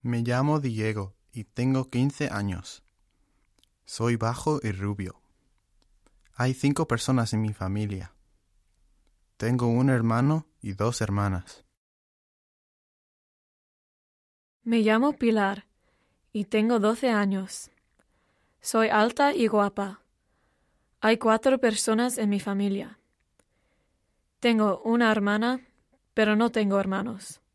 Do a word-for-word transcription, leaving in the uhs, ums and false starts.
Me llamo Diego y tengo quince años. Soy bajo y rubio. Hay cinco personas en mi familia. Tengo un hermano y dos hermanas. Me llamo Pilar y tengo doce años. Soy alta y guapa. Hay cuatro personas en mi familia. Tengo una hermana, pero no tengo hermanos.